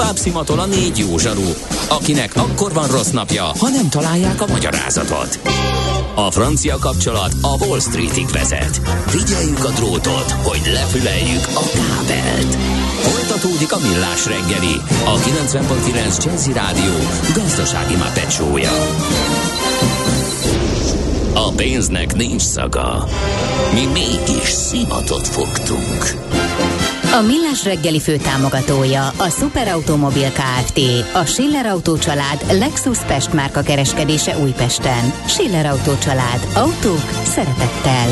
tovább szimatol a 4 jó zsaru, akinek akkor van rossz napja, ha nem találják a magyarázatot. A francia kapcsolat a Wall Streetig vezet. Figyeljük a drótot, hogy lefüleljük a kábelt. Folytatódik a Millás reggeli, a 90.9 Jazzy Rádió gazdasági mápecsója. A pénznek nincs szaga. Mi mégis szimatot fogtunk. A Millás reggeli főtámogatója a Superautomobil Kft. A Schiller Autó család Lexus Pest márka kereskedése Újpesten. Schiller Autó család. Autók szeretettel.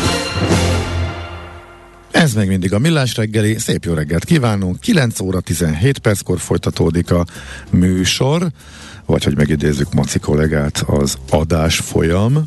Ez még mindig a Millás reggeli. Szép jó reggelt kívánunk. 9 óra 17 perckor folytatódik a műsor, vagy hogy megidézzük Maci kollégát, az adás folyam.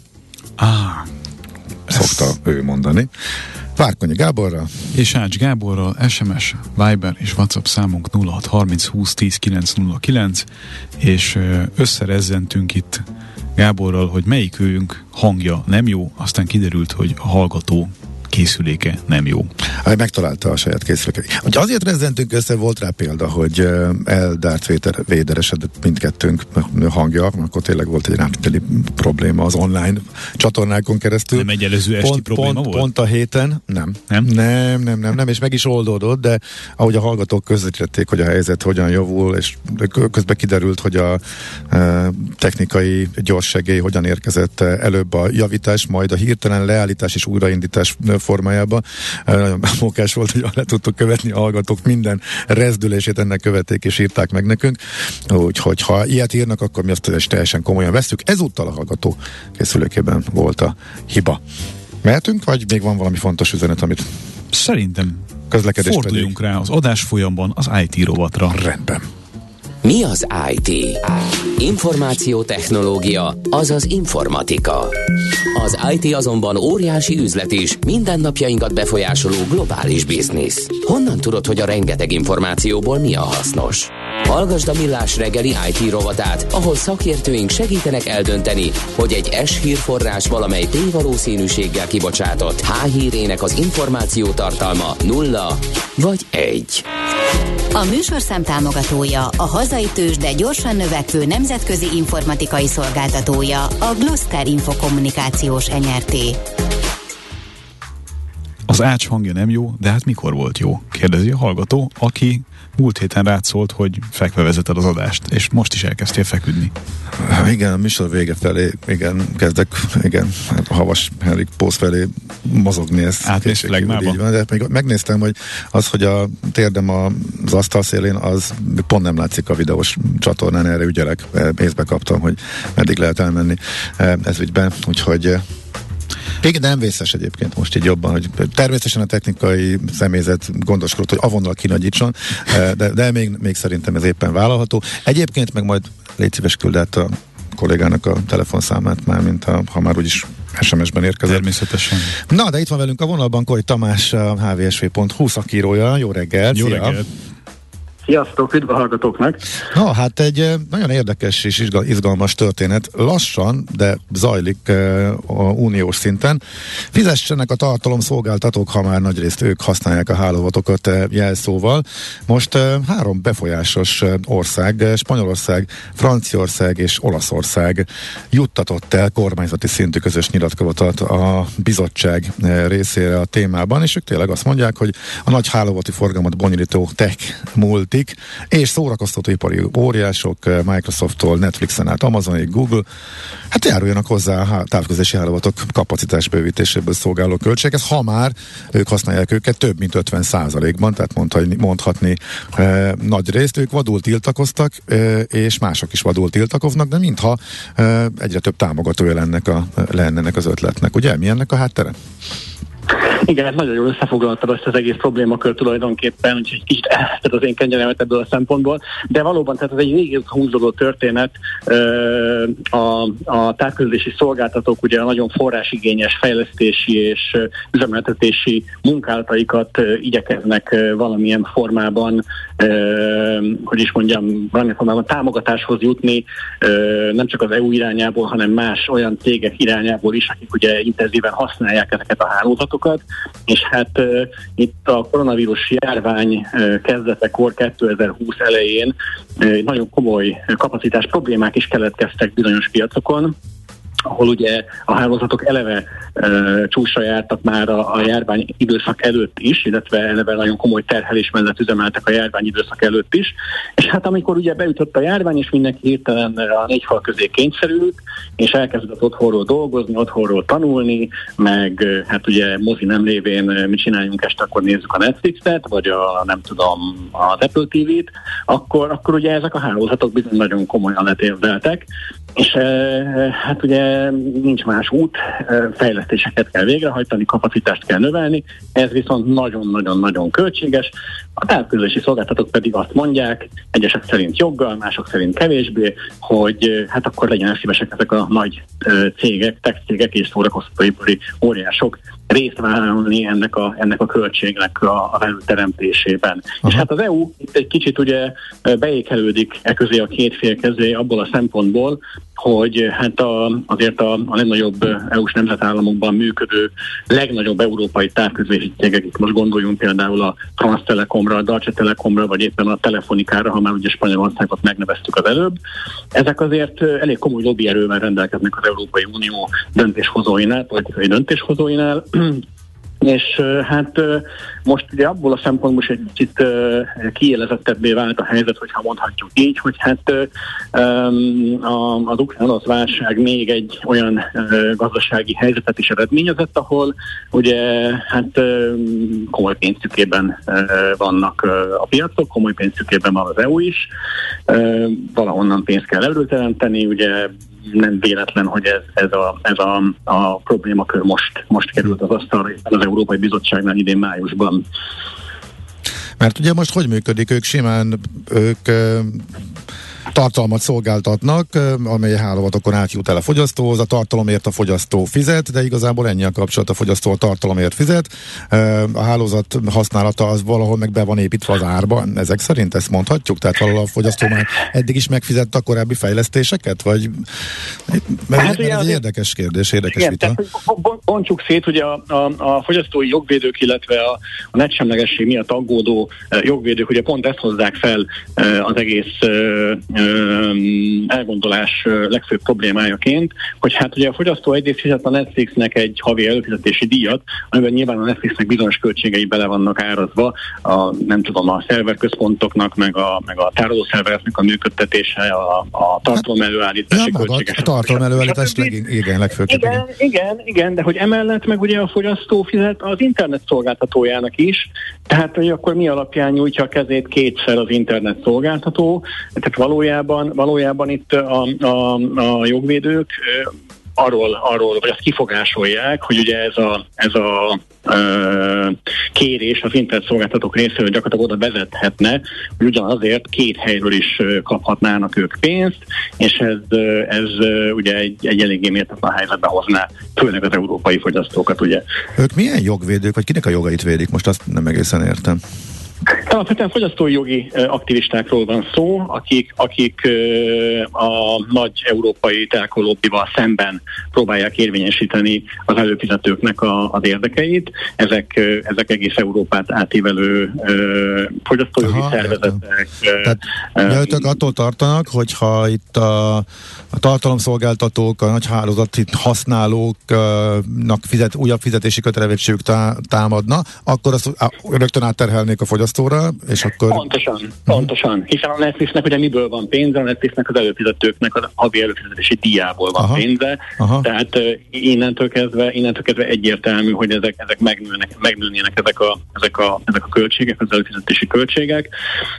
Szokta ő mondani. Várkonyi Gáborral és Ács Gáborral, SMS, Viber és WhatsApp számunk 0630 20 10 909, és összerezzentünk itt Gáborral, hogy melyikünk hangja nem jó, aztán kiderült, hogy a hallgató készüléke nem jó. Megtalálta a saját készüléket. Ugye azért rezzentünk össze, volt rá példa, hogy eldárt véderesedett mindkettőnk hangja, akkor tényleg volt egy rámteli probléma az online csatornákon keresztül. Nem egy előző esti probléma volt? Pont a héten, nem, és meg is oldódott, de ahogy a hallgatók közvetítették, hogy a helyzet hogyan javul, és közben kiderült, hogy a technikai gyorssegély hogyan érkezett előbb a javítás, majd a hirtelen leállítás és újraindítás formájában. Nagyon mókás volt, hogy le tudtuk követni a hallgatók minden rezdülését, ennek követték és írták meg nekünk. Úgyhogy ha ilyet írnak, akkor mi azt teljesen komolyan vesztük. Ezúttal a hallgató készülékében volt a hiba. Mehetünk, vagy még van valami fontos üzenet, amit szerintem forduljunk rá az adás folyamban az IT rovatra. Rendben. Mi az IT? Információtechnológia, azaz informatika. Az IT azonban óriási üzlet is, mindennapjainkat befolyásoló globális biznisz. Honnan tudod, hogy a rengeteg információból mi a hasznos? Hallgasd a Millás reggeli IT rovatát, ahol szakértőink segítenek eldönteni, hogy egy S-hírforrás valamely P-valószínűséggel kibocsátott H-hírének az információ tartalma 0 vagy 1. A műsorszám támogatója, a hazai tőzsde gyorsan növekvő nemzetközi informatikai szolgáltatója, a Gloster Infokommunikációs Nrt. Az Ács hangja nem jó, de hát mikor volt jó? Kérdezi a hallgató, aki múlt héten rád szólt, hogy fekve vezeted az adást, és most is elkezdtél feküdni. Igen, a műsor vége felé, kezdek, havas Henrik Pósz felé mozogni ezt. Átmész flegmába? De még megnéztem, hogy az, hogy a térdem az asztal szélén, az pont nem látszik a videós csatornán, erre ügyelek. Észbe kaptam, hogy meddig lehet elmenni ez ügyben, úgyhogy igen, de nem vészes egyébként most így jobban, hogy természetesen a technikai személyzet gondoskodott, hogy avonnal kinagyítson, de még szerintem ez éppen vállalható. Egyébként meg majd légy szíves küld át a kollégának a telefonszámát már, mint ha már úgyis SMS-ben érkezett. Természetesen. Na, de itt van velünk a vonalban Kori Tamás, a hvsv.hu szakírója. Jó reggelt! Jó reggelt! Sziasztok, üdv a hallgatóknak! Na, hát egy nagyon érdekes és izgalmas történet. Lassan, de zajlik a uniós szinten. Fizessenek a tartalomszolgáltatók, ha már nagyrészt ők használják a hálózatokat jelszóval. Most 3 befolyásos ország, Spanyolország, Franciaország és Olaszország juttatott el kormányzati szintű közös nyilatkozatot a bizottság részére a témában, és ők tényleg azt mondják, hogy a nagy hálózati forgalmat bonyolító tech multi és szórakoztatóipari óriások, Microsofttól, Netflixen át Amazonig, Google, hát járuljanak hozzá a távközlési hálózatok kapacitás bővítéséből szolgáló költséghez, ha már ők használják őket több mint 50%-ban, tehát mondhatni nagy részt. Ők vadul tiltakoztak, és mások is vadul tiltakoznak, de mintha egyre több támogatója lenne ennek az ötletnek. Ugye? Mi ennek a háttere? Igen, nagyon jól összefoglaltad ezt az egész problémakör tulajdonképpen, úgyhogy kicsit elveszted az én kenyeremet ebből a szempontból, de valóban tehát ez egy régi húzódó történet. A távközlési szolgáltatók ugye a nagyon forrásigényes fejlesztési és üzemeltetési munkálataikat igyekeznek valamilyen formában hogy is mondjam, valamilyen formában támogatáshoz jutni, nem csak az EU irányából, hanem más olyan cégek irányából is, akik ugye intenzíven használják ezeket a hálózatokat, és hát itt a koronavírus járvány kezdetekor 2020 elején nagyon komoly kapacitás problémák is keletkeztek bizonyos piacokon, ahol ugye a hálózatok eleve csúcsra jártak már a járvány időszak előtt is, illetve eleve nagyon komoly terhelés mellett üzemeltek a járvány időszak előtt is. És hát amikor ugye beütött a járvány, és mindenki hirtelen a négy fal közé kényszerült, és elkezdett otthonról dolgozni, otthonról tanulni, meg hát ugye mozi nem lévén mit csináljunk este, akkor nézzük a Netflixet, vagy nem tudom, az Apple TV-t, akkor ugye ezek a hálózatok bizony nagyon komolyan letérdeltek, és hát ugye nincs más út, fejlesztéseket kell végrehajtani, kapacitást kell növelni, ez viszont nagyon-nagyon-nagyon költséges. A távközlési szolgáltatók pedig azt mondják, egyesek szerint joggal, mások szerint kevésbé, hogy hát akkor legyenek szívesek ezek a nagy cégek, tech cégek és szórakoztatóipari óriások részt vállalni ennek a költségnek a előteremtésében. És hát az EU itt egy kicsit ugye beékelődik közé a két fél közé abból a szempontból, hogy hát azért a legnagyobb EU-s nemzetállamokban működő legnagyobb európai távközlési cégek, itt most gondoljunk például a France Telecomra, a Deutsche Telekomra, vagy éppen a Telefonikára, ha már ugye Spanyolországot megneveztük az előbb. Ezek azért elég komoly lobbyerővel rendelkeznek az Európai Unió döntéshozóinál, politikai döntéshozóinál, és hát most ugye abból a szempontból is egy kicsit kiélezettebbé vált a helyzet, hogyha mondhatjuk így, hogy hát az ukrán-orosz válság még egy olyan gazdasági helyzetet is eredményezett, ahol ugye hát komoly pénztükében vannak a piacok, komoly pénztükében van az EU is, valahonnan pénzt kell előteremteni, ugye nem véletlen, hogy ez a problémakör most került az asztalra az Európai Bizottságnál idén májusban. Mert ugye most hogy működik? Ők tartalmat szolgáltatnak, amely hálózatokon átjut el a fogyasztóhoz, a tartalomért a fogyasztó fizet, de igazából ennyi a kapcsolat, a fogyasztó a tartalomért fizet, a hálózat használata az valahol meg be van építve az árban, ezek szerint ezt mondhatjuk? Tehát valahol a fogyasztó már eddig is megfizette a korábbi fejlesztéseket? Vagy mert ez egy érdekes kérdés, érdekes igen, vita. Tehát, bontsuk szét, hogy a fogyasztói jogvédők, illetve a netsemlegesség miatt aggódó jogvédők ugye pont ezt hozzák fel az egész elgondolás legfőbb problémájaként, hogy hát ugye a fogyasztó egyrészt fizet a Netflixnek egy havi előfizetési díjat, amiben nyilván a Netflixnek bizonyos költségei bele vannak árazva, a szerverközpontoknak, meg a tárolószervereknek a működtetése, a tartalom előállítási költségek. A tartalom előállítás legfőképpen. Igen, de hogy emellett meg ugye a fogyasztó fizet az internet szolgáltatójának is, tehát hogy akkor mi alapján nyújtja a kezét kétszer az internet szolgáltató, tehát valójában itt a jogvédők arról, vagy azt kifogásolják, hogy ugye ez a kérés az internet szolgáltatók részéről gyakorlatilag oda vezethetne, hogy ugyanazért két helyről is kaphatnának ők pénzt, és ez ugye egy eléggé méltatlan helyzetbe hozná, főleg az európai fogyasztókat, ugye. Ők milyen jogvédők, vagy kinek a jogait védik? Most azt nem egészen értem. Alapvetően fogyasztói jogi aktivistákról van szó, akik a nagy európai telkolobbival szemben próbálják érvényesíteni az előfizetőknek az érdekeit. Ezek egész Európát átívelő fogyasztói jogi szervezetek. Tehát ők attól tartanak, hogyha itt a tartalomszolgáltatók, a nagy hálózati használóknak újabb fizetési kötelezettségük támadna, akkor azt rögtön átterhelnék a fogyasztóra, és akkor... Pontosan. Hiszen a Netflixnek ugye miből van pénze? A Netflixnek az előfizetőknek a havi előfizetési díjából van pénze. Tehát innentől kezdve egyértelmű, hogy ezek megnőnének ezek a költségek, az előfizetési költségek.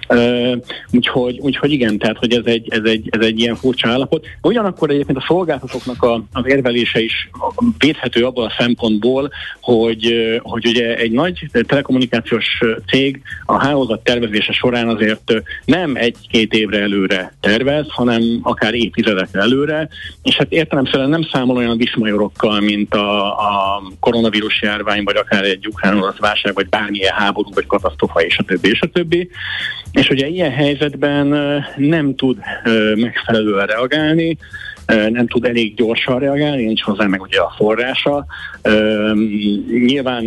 Úgyhogy igen, tehát hogy ez egy ilyen furcsa állapot. Ugyanakkor egyébként a szolgáltatóknak az érvelése is védhető abból a szempontból, hogy ugye egy nagy telekommunikációs cég a hálózat tervezése során azért nem 1-2 évre előre tervez, hanem akár évtizedekre előre, és hát értelemszerűen nem számol olyan viszmajorokkal, mint a koronavírus járvány, vagy akár egy ukrán-orosz válság, vagy bármilyen háború, vagy katasztrófa, és a többi, és a többi. És ugye ilyen helyzetben nem tud megfelelően reagálni, nem tud elég gyorsan reagálni, nincs hozzá meg ugye a forrása. Nyilván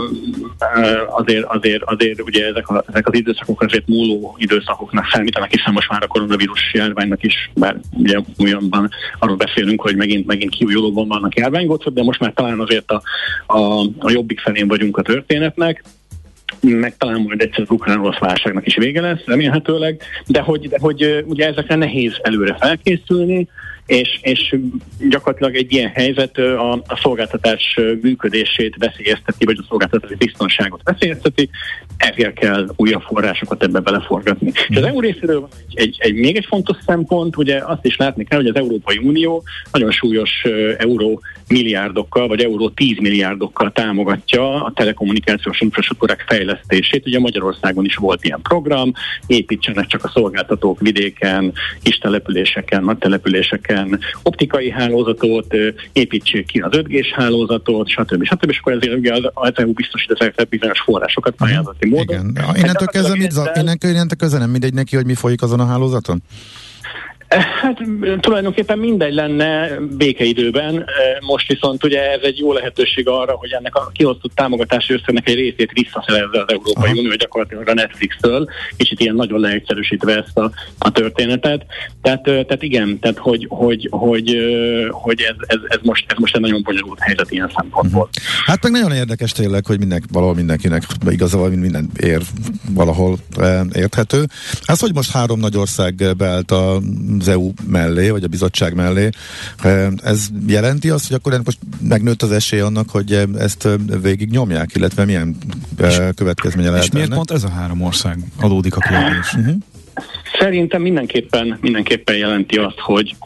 azért ugye ezek az időszakok azért múló időszakoknak számítanak, hiszen most már a koronavírus járványnak is, bár ugye olyanban arról beszélünk, hogy megint kiújulóban vannak járványgócok, de most már talán azért a jobbik felén vagyunk a történetnek, meg talán majd egyszer az ukrán-orosz válságnak is vége lesz, remélhetőleg, de hogy ugye ezekre nehéz előre felkészülni, és gyakorlatilag egy ilyen helyzet a szolgáltatás működését veszélyezteti, vagy a szolgáltatási biztonságot veszélyezteti, ezért kell újabb forrásokat ebbe beleforgatni. És az EU részéről van még egy fontos szempont, ugye azt is látni kell, hogy az Európai Unió nagyon súlyos euró milliárdokkal, vagy euró 10 milliárdokkal támogatja a telekommunikációs infrastruktúrák fejlesztését. Ugye Magyarországon is volt ilyen program, építsenek csak a szolgáltatók vidéken, kis településeken, nagy településeken optikai hálózatot, építsék ki az 5G-s hálózatot, stb. És akkor ezért ugye az EU biztosít ezekre bizonyos forrásokat pályázati módon. Igen. Innentől kezdve nem mindegy neki, hogy mi folyik azon a hálózaton? Hát tulajdonképpen mindegy lenne békeidőben, most viszont ugye ez egy jó lehetőség arra, hogy ennek a kiosztott támogatási összegnek egy részét visszaszerezze az Európai Unió, gyakorlatilag a Netflix-től, kicsit ilyen nagyon leegyszerűsítve ezt a történetet. Tehát igen, tehát hogy ez most egy nagyon bonyolult helyzet ilyen szempontból. Hát meg nagyon érdekes tényleg, hogy valahol mindenkinek igazából minden valahol érthető. Az, hogy most 3 nagy ország beállt az EU mellé, vagy a bizottság mellé, ez jelenti azt, hogy akkor most megnőtt az esély annak, hogy ezt végig nyomják, illetve milyen következménye lehet? És miért pont ez a 3 ország adódik a kérdés? Szerintem mindenképpen jelenti azt,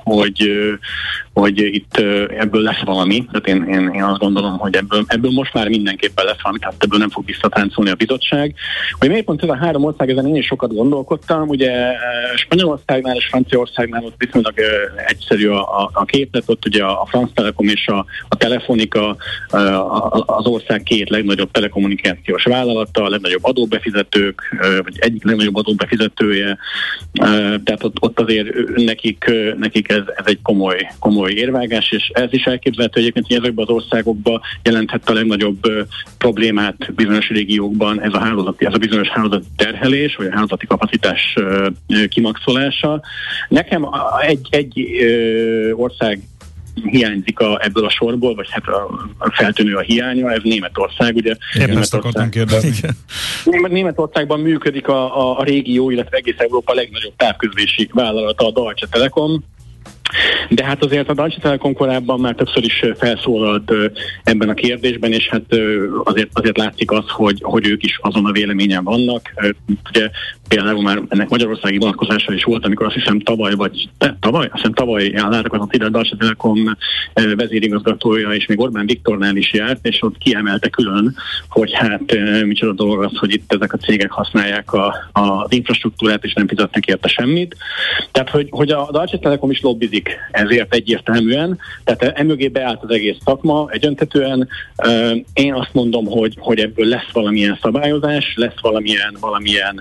hogy itt ebből lesz valami. Tehát én azt gondolom, hogy ebből most már mindenképpen lesz valami, tehát ebből nem fog visszatáncolni a bizottság. Hogy miért pont ez a 3 ország, ezen én is sokat gondolkodtam. Ugye Spanyolországnál és Franciaországnál ott viszonylag egyszerű a képlet, ott ugye a France Telecom és a Telefonica az ország 2 legnagyobb telekommunikációs vállalata, a legnagyobb adóbefizetők, vagy egyik legnagyobb adóbefizetője. Tehát ott azért nekik ez egy komoly érvágás, és ez is elképzelhető egyébként, hogy ezekben az országokban jelenthette a legnagyobb problémát bizonyos régiókban ez a bizonyos hálózati terhelés, vagy a hálózati kapacitás kimaxolása. Nekem egy ország hiányzik ebből a sorból, vagy hát feltűnő a hiánya, ez Németország, ugye. Ezt akartam kérdezni. Németországban működik a régió, illetve egész Európa legnagyobb távközlési vállalata, a Deutsche Telekom. De hát azért a Deutsche Telekom korábban már többször is felszólalt ebben a kérdésben, és hát azért látszik az, hogy ők is azon a véleményen vannak. Ugye például már ennek magyarországi vonatkozása is volt, amikor azt hiszem tavaly látogatott ide a Deutsche Telekom vezérigazgatója, és még Orbán Viktornál is járt, és ott kiemelte külön, hogy hát micsoda dolog az, hogy itt ezek a cégek használják az infrastruktúrát, és nem fizetnek érte semmit. Tehát, hogy a Deutsche Telekom is lobbizik ezért egyértelműen, tehát emögé beállt az egész szakma egyöntetően. Én azt mondom, hogy ebből lesz valamilyen szabályozás, lesz valamilyen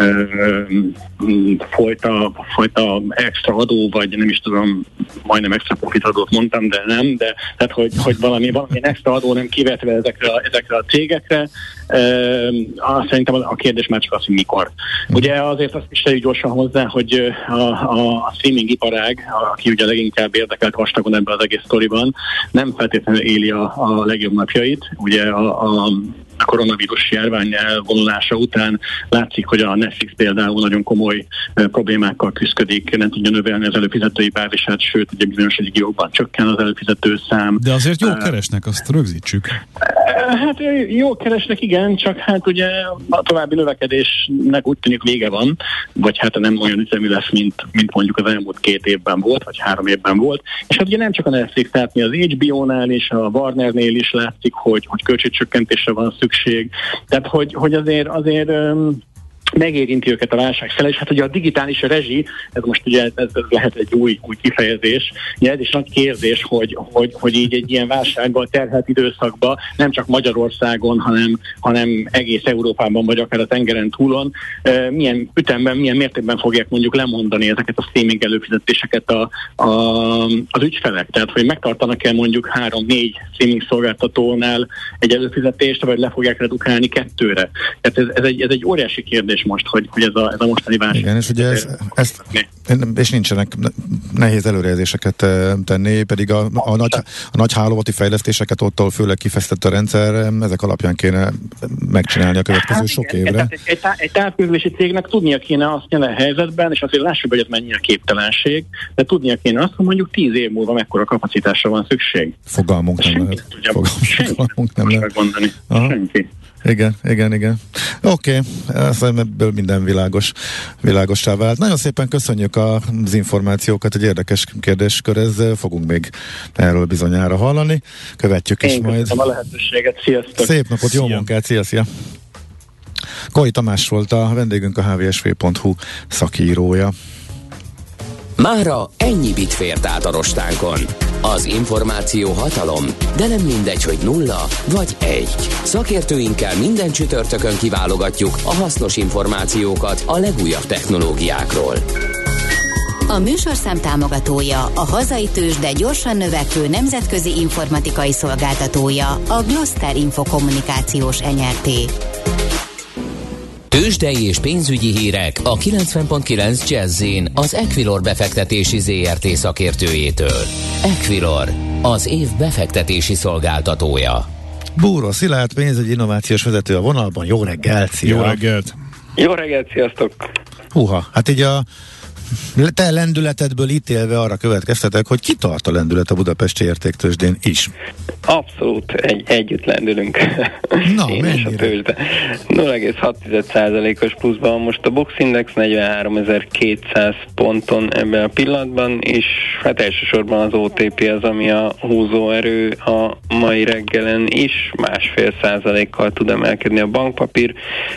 folyta extra adó, vagy nem is tudom, majdnem extra profit adót mondtam, de nem, de tehát, hogy valamilyen extra adó nem kivetve ezekre a cégekre. Szerintem a kérdés már csak az, hogy mikor. Ugye azért azt is tegyük gyorsan hozzá, hogy a streaming iparág, aki ugye leginkább érdekelt vastagon ebben az egész sztoriban, nem feltétlenül éli a legjobb napjait. Ugye a koronavírus járvány elvonulása után látszik, hogy a Netflix például nagyon komoly problémákkal küszködik, nem tudja növelni az előfizetői bázisát, sőt, ugye bizonyos régiókban csökken az előfizető szám. De azért jól keresnek, azt rögzítsük. Hát jól keresnek, igen, csak hát ugye a további növekedésnek úgy tűnik vége van, vagy hát nem olyan üzemű lesz, mint mondjuk az elmúlt 2 évben volt, vagy 3 évben volt. És hát ugye nem csak a Netflix, tehát mi az HBO-nál és a Warnernél is látszik, hogy költségcsökkentésre van szükség. Tehát, hogy azért megérinti őket a válság fele, és hát ugye a digitális rezsi, ez most ugye ez lehet egy új kifejezés, ugye ez is nagy kérdés, hogy így egy ilyen válsággal terhelt időszakban nem csak Magyarországon, hanem egész Európában, vagy akár a tengeren túlon milyen ütemben, milyen mértékben fogják mondjuk lemondani ezeket a streaming előfizetéseket az ügyfelek. Tehát, hogy megtartanak-e mondjuk 3-4 streaming szolgáltatónál egy előfizetést, vagy le fogják redukálni 2-re. Tehát ez egy óriási kérdés most, hogy ez a mostani válság. Igen, és ugye és nincsenek nehéz előrejelzéseket tenni, pedig a nagy hálózati fejlesztéseket ottól főleg kifejeztett a rendszer, ezek alapján kéne megcsinálni a következő sok évre. Egy távközlési cégnek tudnia kéne azt jelen helyzetben, és azért lássuk, hogy ez mennyire képtelenség, de tudnia kéne azt, hogy mondjuk 10 év múlva mekkora kapacitásra van szükség. Fogalmunk nem lehet. Fogalmunk nem lehet. Senki. Igen. Oké, ebből minden világossá vált. Nagyon szépen köszönjük az információkat, egy érdekes kérdéskör, fogunk még erről bizonyára hallani. Követjük is majd. Köszönöm a lehetőséget, sziasztok! Szép napot, jó munkát, szia! Koi Tamás volt a vendégünk, a hvsv.hu szakírója. Mára ennyi bit fért át a rostánkon. Az információ hatalom, de nem mindegy, hogy 0 vagy 1. Szakértőinkkel minden csütörtökön kiválogatjuk a hasznos információkat a legújabb technológiákról. A műsorszám támogatója, a hazai tőzsde gyorsan növekvő nemzetközi informatikai szolgáltatója, a Gloster Infokommunikációs Nrt. Tőzsdei és pénzügyi hírek a 90.9 Jazz-in az Equilor befektetési ZRT szakértőjétől. Equilor, az év befektetési szolgáltatója. Búró Szilárd, pénzügyi innovációs vezető a vonalban. Jó reggelt! Szia. Jó reggelt! Jó reggelt, sziasztok! Húha, hát így a te lendületedből ítélve arra következtetek, hogy kitart a lendület a budapesti értéktőzsdén is. Abszolút együtt lendülünk. Na, én és a tőzsde. 0,6%-os pluszban most a Bux Index 43.200 ponton ebben a pillanatban, és hát elsősorban az OTP az, ami a húzóerő a mai reggelen is, 1,5%-kal tud emelkedni a bankpapír,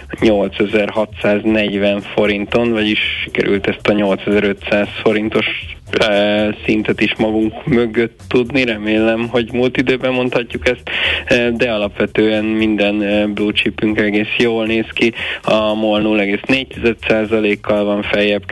8640 forinton, vagyis sikerült ezt a 8500 forintos szintet is magunk mögött tudni, remélem, hogy múlt időben mondhatjuk ezt, de alapvetően minden blue chipünk egész jól néz ki. A MOL 0,4%-kal van feljebb,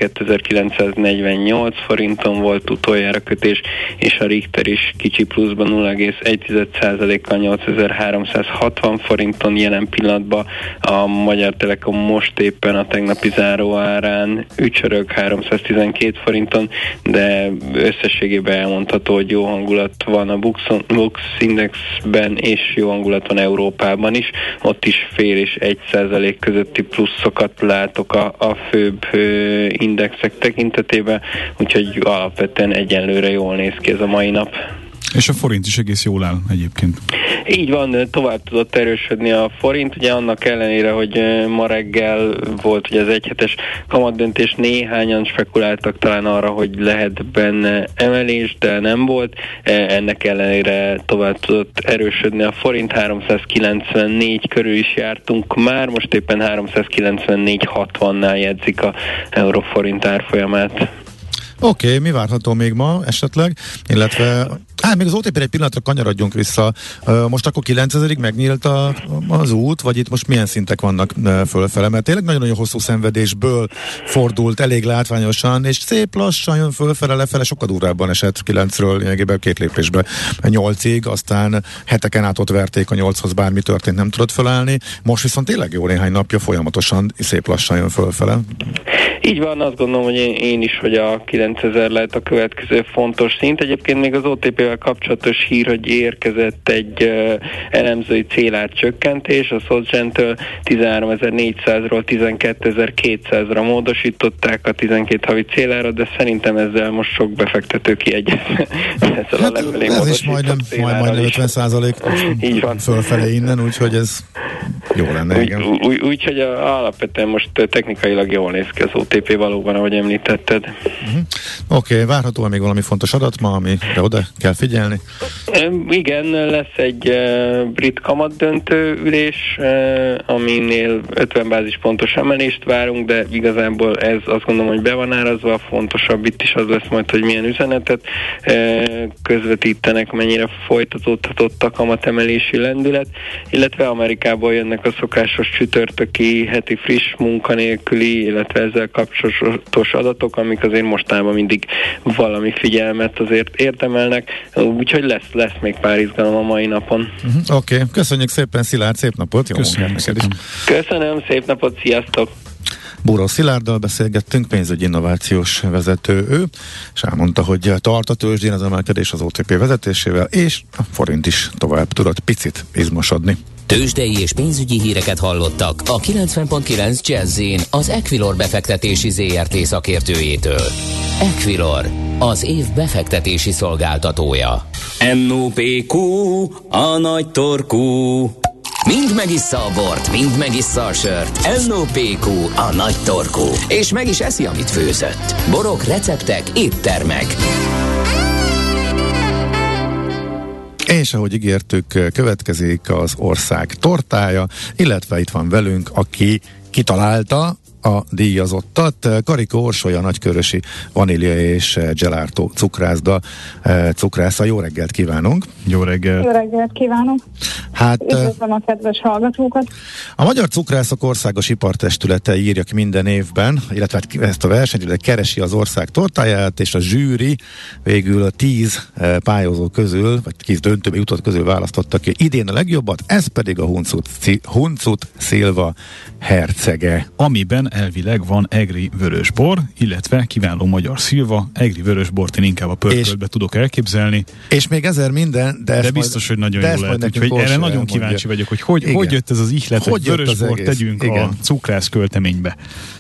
2948 forinton volt utoljára kötés, és a Richter is kicsi pluszban 0,1%-kal 8360 forinton jelen pillanatban. A Magyar Telekom most éppen a tegnapi záróárán ücsörög 312 forinton, de összességében elmondható, hogy jó hangulat van a Bux Indexben, és jó hangulat van Európában is. Ott is 0,5 és 1% közötti pluszokat látok a főbb indexek tekintetében, úgyhogy alapvetően egyenlőre jól néz ki ez a mai nap. És a forint is egész jól áll egyébként. Így van, tovább tudott erősödni a forint, ugye annak ellenére, hogy ma reggel volt ugye az egyhetes kamatdöntés, néhányan spekuláltak talán arra, hogy lehet benne emelés, de nem volt. Ennek ellenére tovább tudott erősödni a forint, 394 körül is jártunk már, most éppen 394,60-nál jegyzik a euróforint árfolyamát. Oké, mi várható még ma esetleg? Illetve, még az OTP-re egy pillanatra kanyarodjunk vissza. Most akkor 9000-ig megnyílt az út, vagy itt most milyen szintek vannak fölfele? Mert tényleg nagyon-nagyon hosszú szenvedésből fordult elég látványosan, és szép lassan jön fölfele, lefele, sokkal durvábban esett 9-ről lényegében 2 lépésbe 8-ig, aztán heteken át ott verték a 8-hoz, bármi történt, nem tudott felállni. Most viszont tényleg jó néhány napja folyamatosan szép lassan jön fölfele. Így van, azt gondolom, hogy én is, hogy a 9000 lehet a következő fontos szint. Egyébként még az OTP-vel kapcsolatos hír, hogy érkezett egy elemzői célár csökkentés, a SocGen-től 13.400-ról 12.200-ra módosították a 12 havi célára, de szerintem ezzel most sok befektető kiegyezne. Hát ez is majdnem 50% így van. fölfele innen, úgyhogy ez Jó lenne, igen. Úgyhogy alapvetően most technikailag jól néz ki az OTP valóban, ahogy említetted. Oké, várhatóan még valami fontos adat ma, amire oda kell figyelni? Igen, lesz egy brit kamatdöntő ülés, aminél 50 bázispontos emelést várunk, de igazából ez azt gondolom, hogy be van árazva, fontosabb itt is az lesz majd, hogy milyen üzenetet közvetítenek, mennyire folytatódhatott a kamatemelési lendület, illetve Amerikából jönnek a szokásos csütörtöki heti friss munkanélküli, illetve ezzel kapcsolatos adatok, amik azért mostában mindig valami figyelmet azért érdemelnek, úgyhogy lesz még pár izgalom a mai napon. Oké, köszönjük szépen, Szilárd, szép napot! Jó munkát neked is! Köszönöm, szép napot, sziasztok! Búró Szilárddal beszélgettünk, pénzügyi innovációs vezető ő, és elmondta, hogy tart a tőzsdén az emelkedés az OTP vezetésével, és a forint is tovább tudott picit izmosodni. Tőzsdei és pénzügyi híreket hallottak a 90.9 Jazz-in az Equilor befektetési ZRT szakértőjétől. Equilor, az év befektetési szolgáltatója. NOPQ, a nagy torkú. Mind megissza a bort, mind megissza a sört. NOPQ, a nagy torkú. És meg is eszi, amit főzött. Borok, receptek, éttermek. És ahogy ígértük, következik az ország tortája, illetve itt van velünk, aki kitalálta a díjazottat. Karikó Orsolya nagykörösi vanília és gelato cukrásza. Jó reggelt kívánunk! Jó reggelt! Jó reggelt kívánok! Hát, üdvözlöm a kedves hallgatókat! A Magyar Cukrászok Országos Ipartestülete írja ki minden évben, illetve ezt a versenyt, keresi az ország tortáját, és a zsűri végül 10 pályázó közül, vagy 10 döntőbe jutott közül választotta ki idén a legjobbat, ez pedig a Huncut Szilva hercege. Amiben elvileg van egri vörösbor, illetve kiváló magyar szilva, egri vörösbort én inkább a pörköltbe tudok elképzelni. És még 1000 minden, de biztos, hogy nagyon jó lehet. Úgyhogy erre nagyon kíváncsi vagyok, hogy jött ez az ihlet, hogy vörösbort tegyünk a cukrász költeménybe.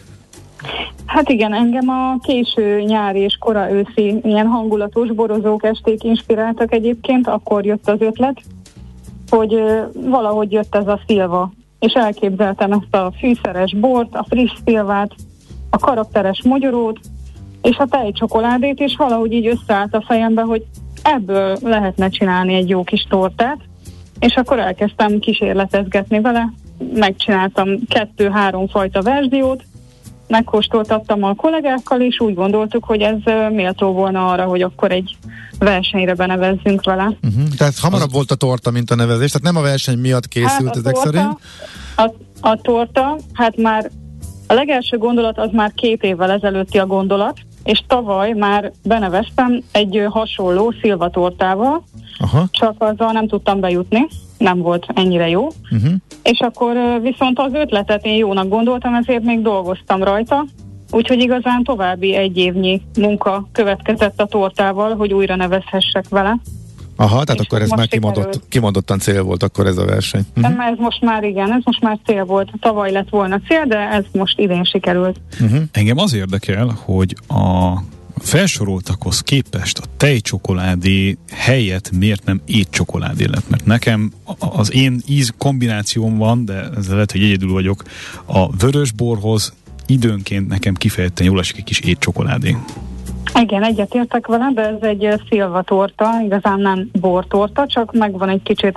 Hát igen, engem a késő nyári és kora őszi ilyen hangulatos borozók esték inspiráltak egyébként, akkor jött az ötlet, hogy valahogy jött ez a szilva. És elképzeltem ezt a fűszeres bort, a friss szilvát, a karakteres mogyorót, és a tejcsokoládét, és valahogy így összeállt a fejembe, hogy ebből lehetne csinálni egy jó kis tortát, és akkor elkezdtem kísérletezgetni vele, megcsináltam 2-3 fajta verziót, megkóstoltattam a kollégákkal, és úgy gondoltuk, hogy ez méltó volna arra, hogy akkor egy versenyre benevezzünk vele. Tehát hamarabb volt a torta, mint a nevezés, tehát nem a verseny miatt készült ezek szerint? A torta, hát már a legelső gondolat az már 2 évvel ezelőtti a gondolat, és tavaly már beneveztem egy hasonló szilvatortával, csak azzal nem tudtam bejutni, nem volt ennyire jó. És akkor viszont az ötletet én jónak gondoltam, ezért még dolgoztam rajta, úgyhogy igazán további 1 évnyi munka következett a tortával, hogy újra nevezhessek vele. Tehát akkor ez már kimondottan cél volt akkor ez a verseny. Ez most már igen, ez most már cél volt. Tavaly lett volna cél, de ez most idén sikerült. Engem az érdekel, hogy a felsoroltakhoz képest a tejcsokoládé helyett miért nem étcsokoládé lett? Mert nekem az én íz kombinációm van, de ezzel lehet, hogy egyedül vagyok, a vörösborhoz időnként nekem kifejezetten jól esik egy kis étcsokoládé. Igen, egyetértek vele, de ez egy szilvatorta, igazán nem bortorta, csak megvan egy kicsit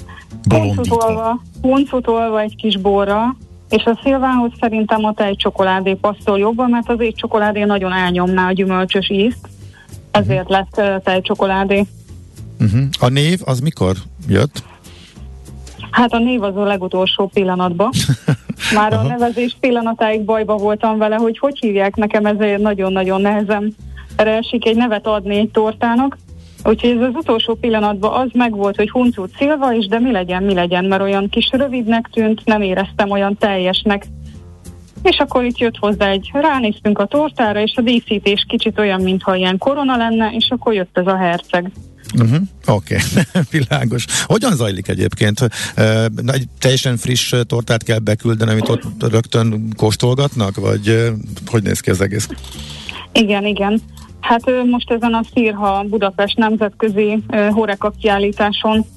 huncutolva egy kis borra, és a szilvához szerintem a tejcsokoládé passzol jobban, mert az étcsokoládé nagyon elnyomná a gyümölcsös ízt, ezért lett tejcsokoládé. A név az mikor jött? Hát a név az a legutolsó pillanatban. Már a nevezés pillanatáig bajba voltam vele, hogy hívják, nekem ez nagyon-nagyon nehezen esik egy nevet adni egy tortának. Úgyhogy ez az utolsó pillanatban az megvolt, hogy Huncut Szilva, és de mi legyen, mert olyan kis rövidnek tűnt, nem éreztem olyan teljesnek. És akkor itt jött hozzá ránéztünk a tortára, és a díszítés kicsit olyan, mintha ilyen korona lenne, és akkor jött ez a herceg. Oké, világos. Hogyan zajlik egyébként? Egy teljesen friss tortát kell beküldeni, amit ott rögtön kóstolgatnak, vagy hogy néz ki az egész? Igen. Hát most ezen a Szirha Budapest nemzetközi Horeca kiállításon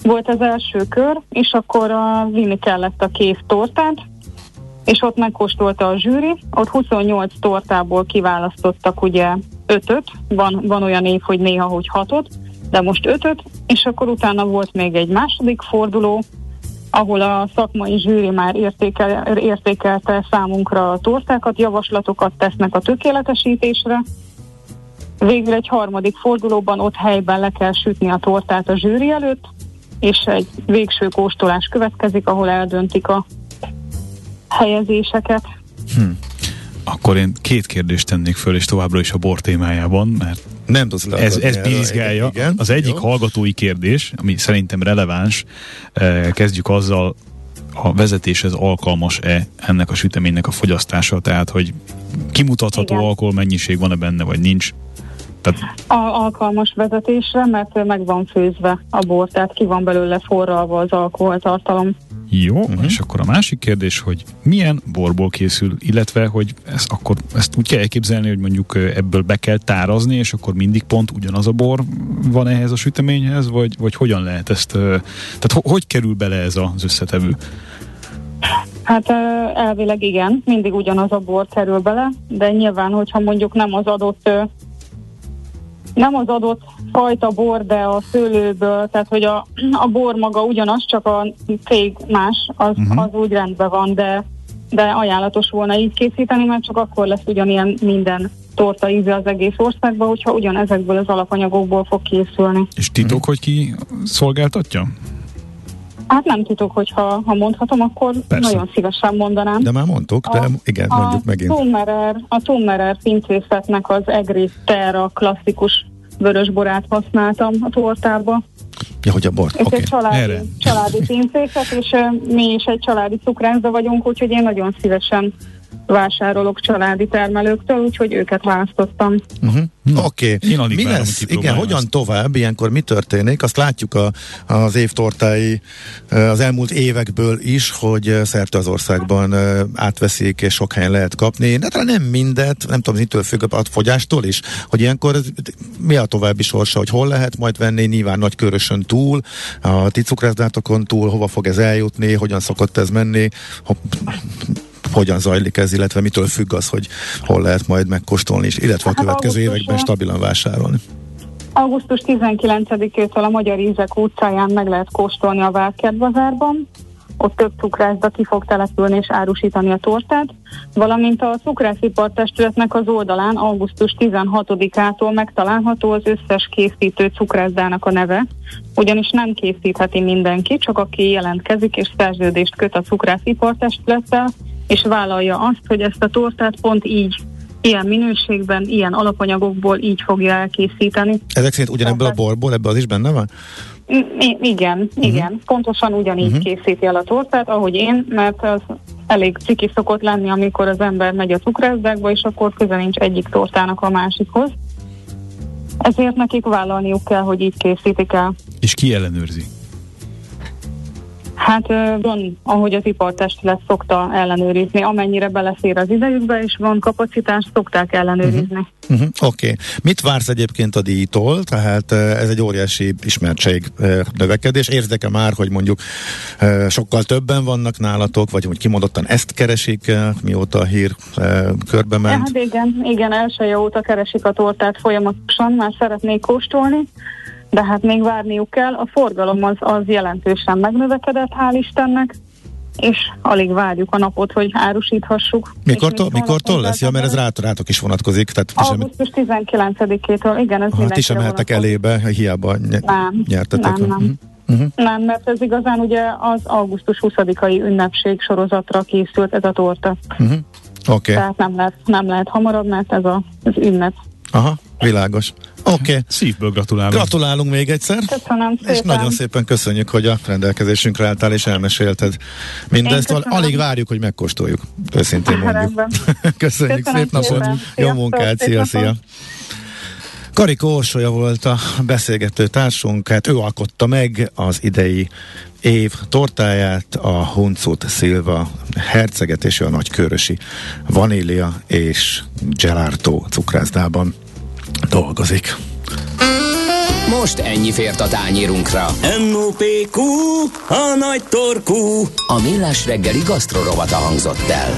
volt az első kör, és akkor vinni kellett a kész tortát, és ott megkóstolta a zsűri, ott 28 tortából kiválasztottak ugye 5-öt, van olyan év, hogy néha, hogy 6-ot, de most 5-öt, és akkor utána volt még egy második forduló, ahol a szakmai zsűri már értékelte számunkra a tortákat, javaslatokat tesznek a tökéletesítésre. Végül egy harmadik fordulóban ott helyben le kell sütni a tortát a zsűri előtt, és egy végső kóstolás következik, ahol eldöntik a helyezéseket. Akkor én 2 kérdést tennék föl, és továbbra is a bor témájában, mert nem tudsz ez bizgálja. Az egyik hallgatói kérdés, ami szerintem releváns, kezdjük azzal, a vezetéshez alkalmas-e ennek a süteménynek a fogyasztása, tehát hogy kimutatható alkoholmennyiség van-e benne, vagy nincs? Alkalmas vezetésre, mert meg van főzve a bor, tehát ki van belőle forralva az alkoholtartalom. Jó, és akkor a másik kérdés, hogy milyen borból készül, illetve, hogy ezt úgy kell elképzelni, hogy mondjuk ebből be kell tárazni, és akkor mindig pont ugyanaz a bor van ehhez a süteményhez, vagy hogyan lehet ezt, tehát hogy kerül bele ez az összetevő? Hát elvileg igen, mindig ugyanaz a bor kerül bele, de nyilván, hogyha mondjuk nem az adott fajta bor, de a szőlőből, tehát hogy a bor maga ugyanaz, csak a cég más, az úgy rendben van, de ajánlatos volna így készíteni, mert csak akkor lesz ugyanilyen minden torta íze az egész országban, hogyha ugyanezekből az alapanyagokból fog készülni. És titok, hogy ki szolgáltatja? Hát nem titok, hogyha mondhatom, akkor persze. Nagyon szívesen mondanám. De már mondtuk, de igen, mondjuk megint. A Tummerer pincészetnek az Egri Terra klasszikus vörösborát használtam a tortába. Ja, hogy a bor, oké. Családi pincészet, és mi is egy családi cukrászda vagyunk, úgyhogy én nagyon szívesen vásárolok családi termelőktől, úgyhogy őket választottam. Oké. Mi lesz? Igen, hogyan tovább? Ilyenkor mi történik? Azt látjuk az évtortái az elmúlt évekből is, hogy szerte az országban átveszik, és sok helyen lehet kapni. De talán nem mindet, nem tudom, mitől függ a fogyástól is, hogy ilyenkor mi a további sorsa, hogy hol lehet majd venni, nyilván Nagykörösön túl, a ti cukrászdatokon túl, hova fog ez eljutni, hogyan szokott ez menni, hogyan zajlik ez, illetve mitől függ az, hogy hol lehet majd megkóstolni is, illetve a következő években stabilan vásárolni. Augusztus 19-től a Magyar Ízek utcáján meg lehet kóstolni a Várkertbazárban. Ott több cukrászda ki fog települni és árusítani a tortát, valamint a Cukrászipartestületnek az oldalán augusztus 16-ától megtalálható az összes készítő cukrászdának a neve, ugyanis nem készítheti mindenki, csak aki jelentkezik és szerződést köt a Cukrászipartestülettel, és vállalja azt, hogy ezt a tortát pont így, ilyen minőségben, ilyen alapanyagokból így fogja elkészíteni. Ezek szerint ugyanebből a borból, ebből az is benne van? Igen. Pontosan ugyanígy készíti el a tortát, ahogy én, mert az elég ciki szokott lenni, amikor az ember megy a cukrászdákba, és akkor köze nincs egyik tortának a másikhoz. Ezért nekik vállalniuk kell, hogy így készítik el. És ki ellenőrzi? Hát van, ahogy az ipartestület szokta ellenőrizni, amennyire beleszér az idejükbe, és van kapacitás, szokták ellenőrizni. Oké. Mit vársz egyébként a díjtól? Tehát ez egy óriási ismertség növekedés. Érzek-e már, hogy mondjuk sokkal többen vannak nálatok, vagy hogy kimondottan ezt keresik, mióta a hír körbe ment? Hát igen, elsője óta keresik a tortát folyamatosan, már szeretnék kóstolni, de hát még várniuk kell. A forgalom az jelentősen megnövekedett, hál' Istennek, és alig várjuk a napot, hogy árusíthassuk. Mikortól lesz? Ja, mert ez rátok is vonatkozik. Augusztus 19-től, igen, ez mindenkire ti sem mehettek elébe, hiába nyertetek. Nem, mert ez igazán ugye az augusztus 20-ai ünnepség sorozatra készült ez a torta. Okay. Tehát nem lehet hamarabb, mert ez az ünnep. Aha, világos. Oké. Szívből gratulálunk. Gratulálunk még egyszer. Köszönöm szépen. És nagyon szépen köszönjük, hogy a rendelkezésünkre álltál és elmesélted mindezt. Alig várjuk, hogy megkóstoljuk. Őszintén mondjuk. Köszönjük, szép napot. Jó munkát, szia. Karikó Orsolya volt a beszélgető társunk, hát ő alkotta meg az idei év tortáját, a Huncut Szilva herceget és a nagykörösi vanília és gelato cukrászdában dolgozik. Most ennyi fért a tányérunkra. NOPQ, a nagy torkú. A Millás reggeli gasztrorovata hangzott el.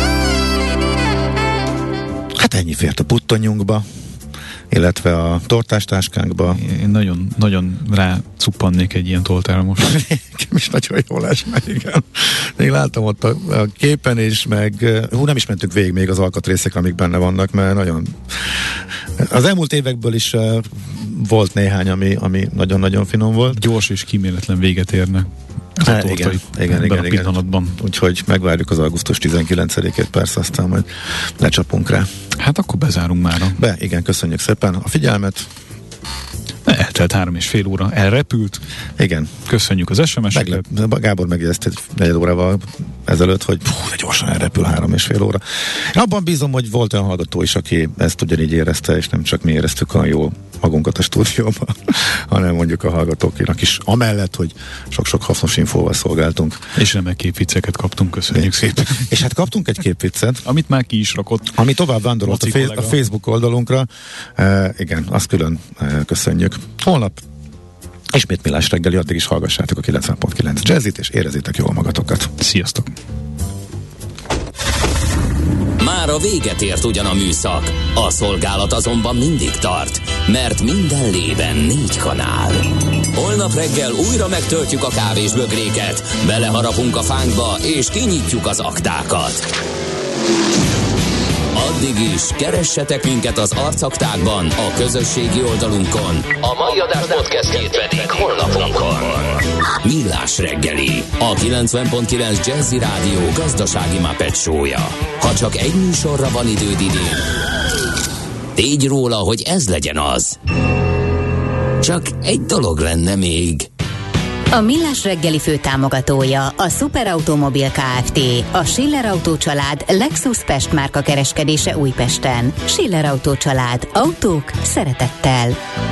Hát ennyi fért a puttonjunkba, illetve a tortástáskánkba. Én nagyon, nagyon rá cuppannék egy ilyen toltára most. Nekem is nagyon jól esne, igen. Még láttam ott a képen is, meg nem is mentünk végig még az alkatrészek, amik benne vannak, mert nagyon... Az elmúlt évekből is volt néhány, ami nagyon-nagyon finom volt. Gyors és kíméletlen véget érnek. Igen. A pillanatban. Úgyhogy megvárjuk az augusztus 19-ét, persze, aztán majd lecsapunk rá. Hát akkor bezárunk mára. Igen, köszönjük szépen a figyelmet. Eltelt 3,5 óra, elrepült. Igen. Köszönjük az SMS-eket. Gábor megjegyezte 4 órával ezelőtt, hogy de gyorsan elrepül 3,5 óra. Én abban bízom, hogy volt olyan hallgató is, aki ezt ugyanígy érezte, és nem csak mi éreztük olyan jól magunkat a stúdióban, hanem mondjuk a hallgatókinak is, amellett, hogy sok-sok hasznos infóval szolgáltunk. És remek képvicceket kaptunk, köszönjük szépen. És hát kaptunk egy képviccet. Amit már ki is rakott. Ami tovább vándorolt a Facebook oldalunkra. Igen, azt külön köszönjük. Holnap ismét Millás reggeli, addig is hallgassátok a 90.9 Jazzit, és érezzétek jól magatokat. Sziasztok! Már a véget ért ugyan a műszak, a szolgálat azonban mindig tart, mert minden lében 4 kanál. Holnap reggel újra megtöltjük a kávésbögréket, beleharapunk a fánkba, és kinyitjuk az aktákat. Addig is keressetek minket az arcaktákban, a közösségi oldalunkon. A mai adás podcastjét pedig holnapunkon. Millás reggeli, a 90.9 Jazzy Rádió gazdasági Muppet show-ja. Ha csak egy műsorra van időd idén, tégy róla, hogy ez legyen az. Csak egy dolog lenne még. A Millás reggeli főtámogatója a Superautomobil Kft. A Schiller Autó család Lexus Pest márka kereskedése Újpesten. Schiller Autó család. Autók szeretettel.